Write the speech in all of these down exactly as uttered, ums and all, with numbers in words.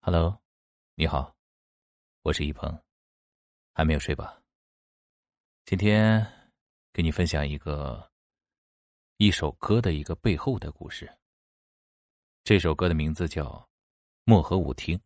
Hello，你好，我是一鹏，还没有睡吧？今天给你分享一个一首歌的一个背后的故事。这首歌的名字叫《漠河舞厅》。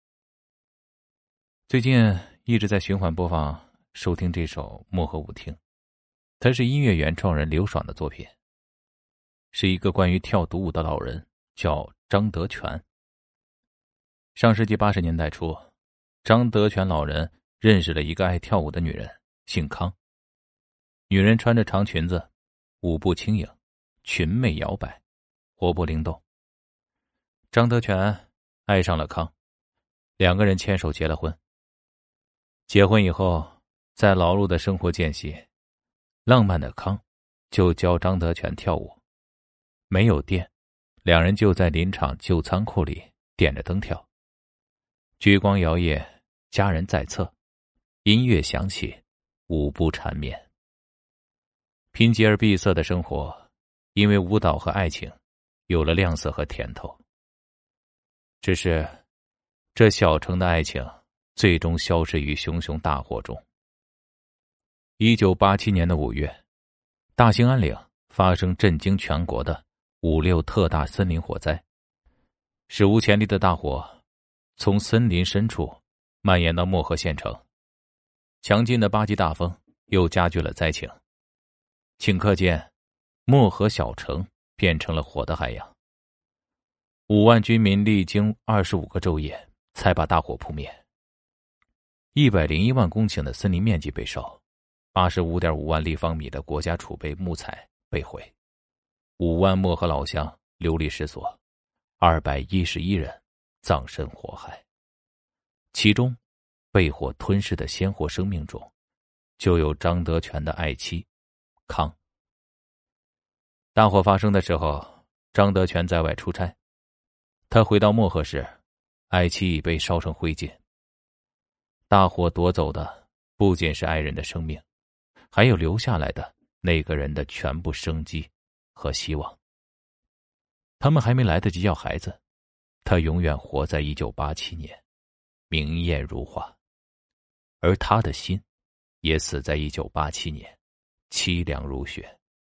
最近一直在循环播放收听这首《漠河舞厅》，它是音乐原创人刘爽的作品，是一个关于跳独舞的老人，叫张德全。上世纪八十年代初，张德全老人认识了一个爱跳舞的女人，姓康。女人穿着长裙子，舞步轻盈，裙袂摇摆，活泼灵动。张德全爱上了康，两个人牵手结了婚。结婚以后，在劳碌的生活间隙，浪漫的康就教张德全跳舞。没有电，两人就在林场旧仓库里点着灯跳。聚光摇曳，佳人在侧，音乐响起，舞步缠绵。贫瘠而闭塞的生活，因为舞蹈和爱情，有了亮色和甜头。只是，这小城的爱情，最终消失于熊熊大火中。一九八七年的五月，大兴安岭发生震惊全国的五六特大森林火灾，史无前例的大火从森林深处蔓延到漠河县城，强劲的八级大风又加剧了灾情。顷刻间，漠河小城变成了火的海洋。五万居民历经二十五个昼夜才把大火扑灭。一百零一万公顷的森林面积被烧，八十五点五万立方米的国家储备木材被毁，五万漠河老乡流离失所，二百一十一人葬身火海。其中，被火吞噬的鲜活生命中，就有张德全的爱妻康。大火发生的时候，张德全在外出差，他回到漠河时，爱妻已被烧成灰烬。大火夺走的不仅是爱人的生命，还有留下来的那个人的全部生机和希望。他们还没来得及要孩子，他永远活在一九八七年，明艳如花，而他的心也死在一九八七年，凄凉如雪。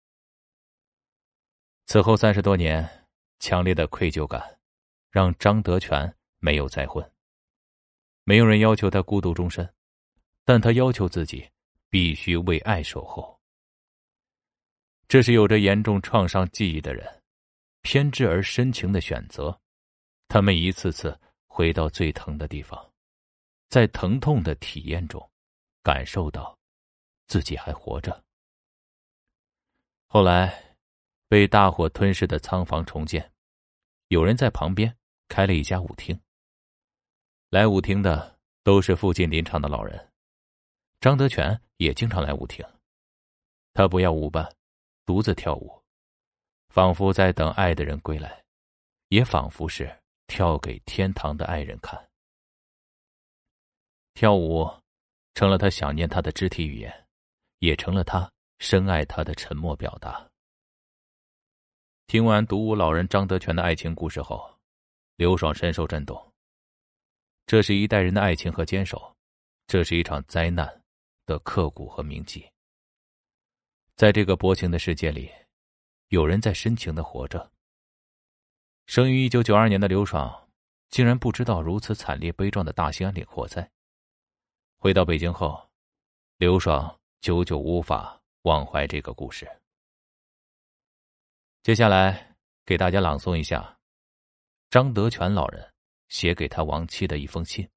此后三十多年，强烈的愧疚感让张德全没有再婚。没有人要求他孤独终身，但他要求自己必须为爱守候。这是有着严重创伤记忆的人偏执而深情的选择，他们一次次回到最疼的地方，在疼痛的体验中感受到自己还活着。后来被大火吞噬的仓房重建，有人在旁边开了一家舞厅。来舞厅的都是附近林场的老人，张德全也经常来舞厅。他不要舞伴，独自跳舞，仿佛在等爱的人归来，也仿佛是跳给天堂的爱人看。跳舞成了他想念他的肢体语言，也成了他深爱他的沉默表达。听完独舞老人张德全的爱情故事后，刘爽深受震动。这是一代人的爱情和坚守，这是一场灾难的刻骨和铭记。在这个薄情的世界里，有人在深情地活着。生于一九九二年的刘爽，竟然不知道如此惨烈悲壮的大兴安岭火灾。回到北京后，刘爽久久无法忘怀这个故事。接下来给大家朗诵一下张德全老人写给他亡妻的一封信。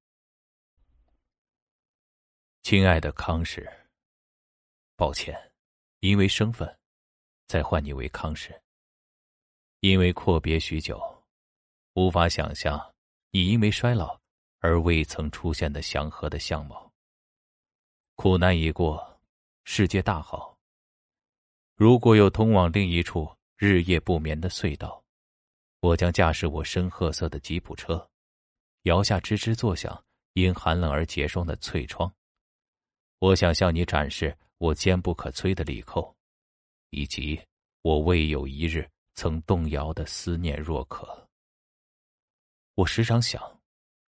亲爱的康氏，抱歉，因为身份再唤你为康氏。因为阔别许久，无法想象你因为衰老而未曾出现的祥和的相貌。苦难已过，世界大好。如果有通往另一处日夜不眠的隧道，我将驾驶我深褐色的吉普车，摇下吱吱作响因寒冷而结霜的脆窗。我想向你展示我坚不可摧的力扣，以及我未有一日曾动摇的思念若渴。我时常想，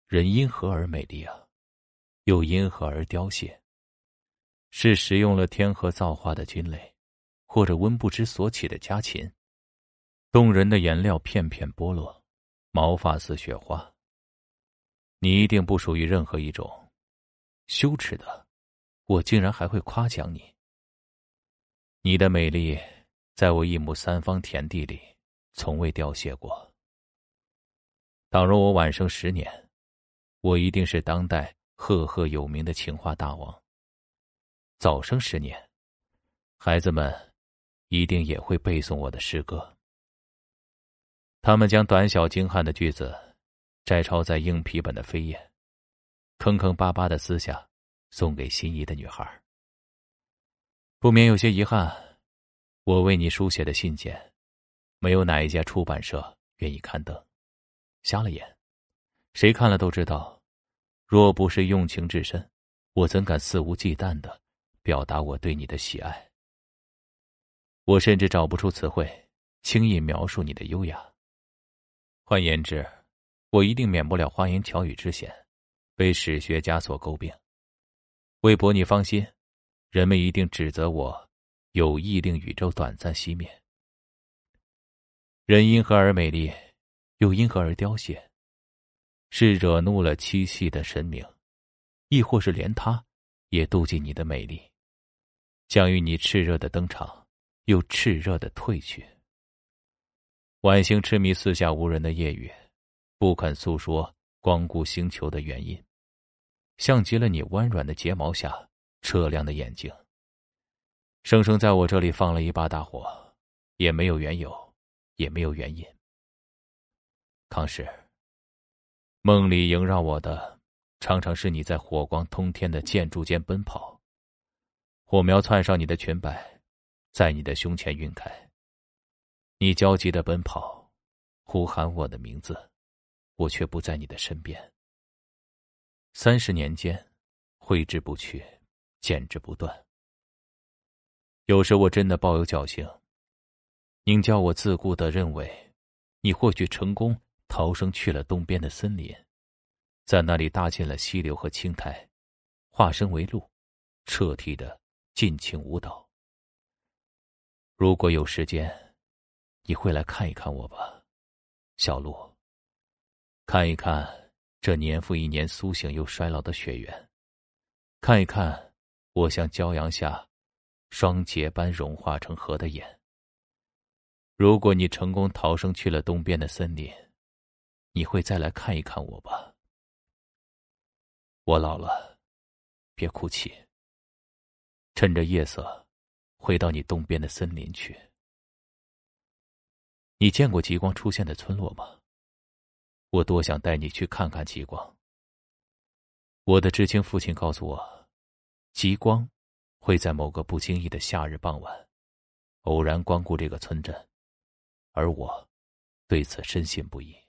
人因何而美丽啊？又因何而凋谢？是使用了天河造化的菌类，或者温不知所起的家禽？动人的颜料片片剥落，毛发似雪花。你一定不属于任何一种。羞耻的，我竟然还会夸奖你。你的美丽，在我一亩三方田地里，从未凋谢过。倘若我晚生十年，我一定是当代赫赫有名的情话大王。早生十年，孩子们一定也会背诵我的诗歌。他们将短小精悍的句子摘抄在硬皮本的扉页，坑坑巴巴的撕下，送给心仪的女孩。不免有些遗憾，我为你书写的信件，没有哪一家出版社愿意刊登。瞎了眼，谁看了都知道，若不是用情至深，我怎敢肆无忌惮地表达我对你的喜爱？我甚至找不出词汇，轻易描述你的优雅。换言之，我一定免不了花言巧语之嫌，被史学家所诟病。为博你芳心，人们一定指责我有意令宇宙短暂熄灭。人因何而美丽，又因何而凋谢？是惹怒了七夕的神明，亦或是连他也妒忌你的美丽，将与你炽热的登场，又炽热的退去。晚星痴迷四下无人的夜雨，不肯诉说光顾星球的原因，像极了你弯软的睫毛下澈亮的眼睛。生生在我这里放了一把大火，也没有缘由，也没有原因。康氏，梦里萦绕我的，常常是你在火光通天的建筑间奔跑，火苗窜上你的裙摆，在你的胸前晕开。你焦急地奔跑，呼喊我的名字，我却不在你的身边。三十年间，挥之不去，剪之不断。有时我真的抱有侥幸，宁叫我自顾地认为，你或许成功逃生去了东边的森林，在那里搭建了溪流和青苔，化身为鹿，彻底的尽情舞蹈。如果有时间，你会来看一看我吧，小鹿。看一看这年复一年苏醒又衰老的雪原，看一看我像骄阳下双节般融化成河的眼。如果你成功逃生去了东边的森林，你会再来看一看我吧。我老了，别哭泣。趁着夜色，回到你东边的森林去。你见过极光出现的村落吗？我多想带你去看看极光。我的知青父亲告诉我，极光会在某个不经意的夏日傍晚，偶然光顾这个村镇，而我对此深信不疑。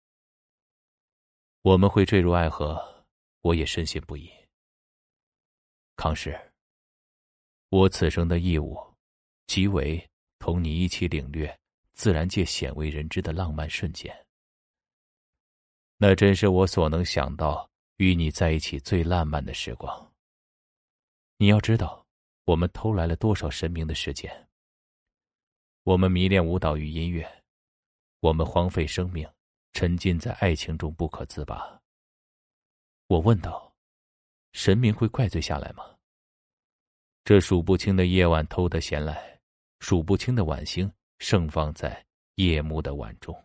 我们会坠入爱河，我也深信不疑。康氏，我此生的义务，即为同你一起领略自然界鲜为人知的浪漫瞬间。那真是我所能想到与你在一起最烂漫的时光。你要知道，我们偷来了多少神明的时间。我们迷恋舞蹈与音乐，我们荒废生命，沉浸在爱情中不可自拔。我问道，神明会怪罪下来吗？这数不清的夜晚偷得闲来，数不清的晚星盛放在夜幕的碗中。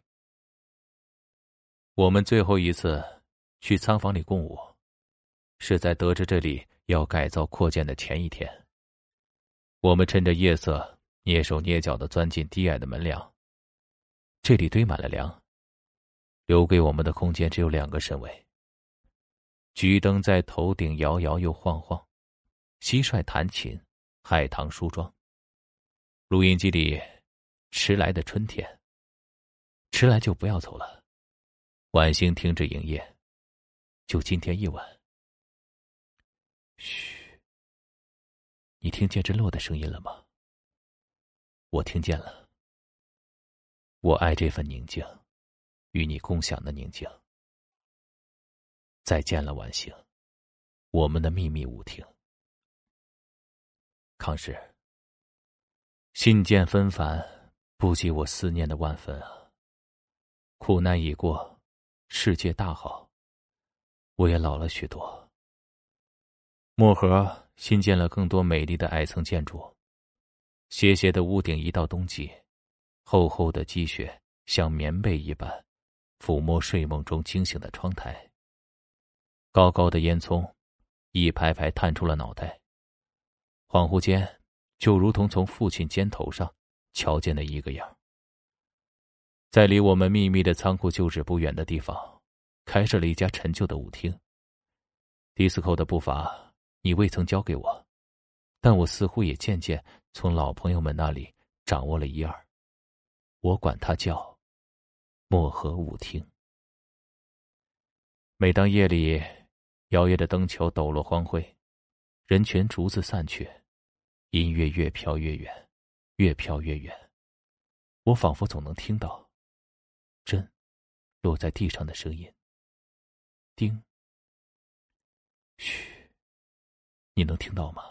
我们最后一次去仓房里共舞，是在得知这里要改造扩建的前一天。我们趁着夜色蹑手蹑脚地钻进低矮的门梁，这里堆满了粮，留给我们的空间只有两个身位。桔灯在头顶摇摇又晃晃，蟋蟀弹琴，海棠梳妆。录音机里迟来的春天，迟来就不要走了。晚星停止营业，就今天一晚。嘘，你听见坠落的声音了吗？我听见了。我爱这份宁静，与你共享的宁静。 再见了，晚星，我们的秘密舞厅。康氏，信件纷繁，不及我思念的万分啊。苦难已过，世界大好，我也老了许多。漠河新建了更多美丽的矮层建筑，斜斜的屋顶一到冬季，厚厚的积雪像棉被一般抚摸睡梦中惊醒的窗台。高高的烟囱一排排探出了脑袋，恍惚间就如同从父亲肩头上瞧见的一个样。在离我们秘密的仓库旧址不远的地方，开设了一家陈旧的舞厅。迪斯科的步伐你未曾教给我，但我似乎也渐渐从老朋友们那里掌握了一二。我管它叫漠河舞厅。每当夜里摇曳的灯球抖落荒灰，人群逐自散去，音乐越飘越远，越飘越远，我仿佛总能听到针落在地上的声音。叮。嘘，你能听到吗？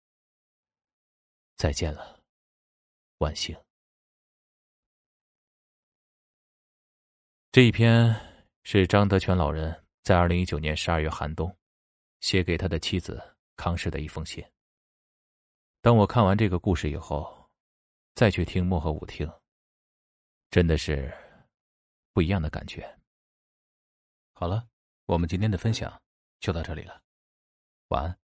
再见了，晚星。这一篇是张德全老人在二零一九年十二月寒冬写给他的妻子康氏的一封信。当我看完这个故事以后，再去听漠河舞厅，真的是不一样的感觉。好了，我们今天的分享就到这里了，晚安。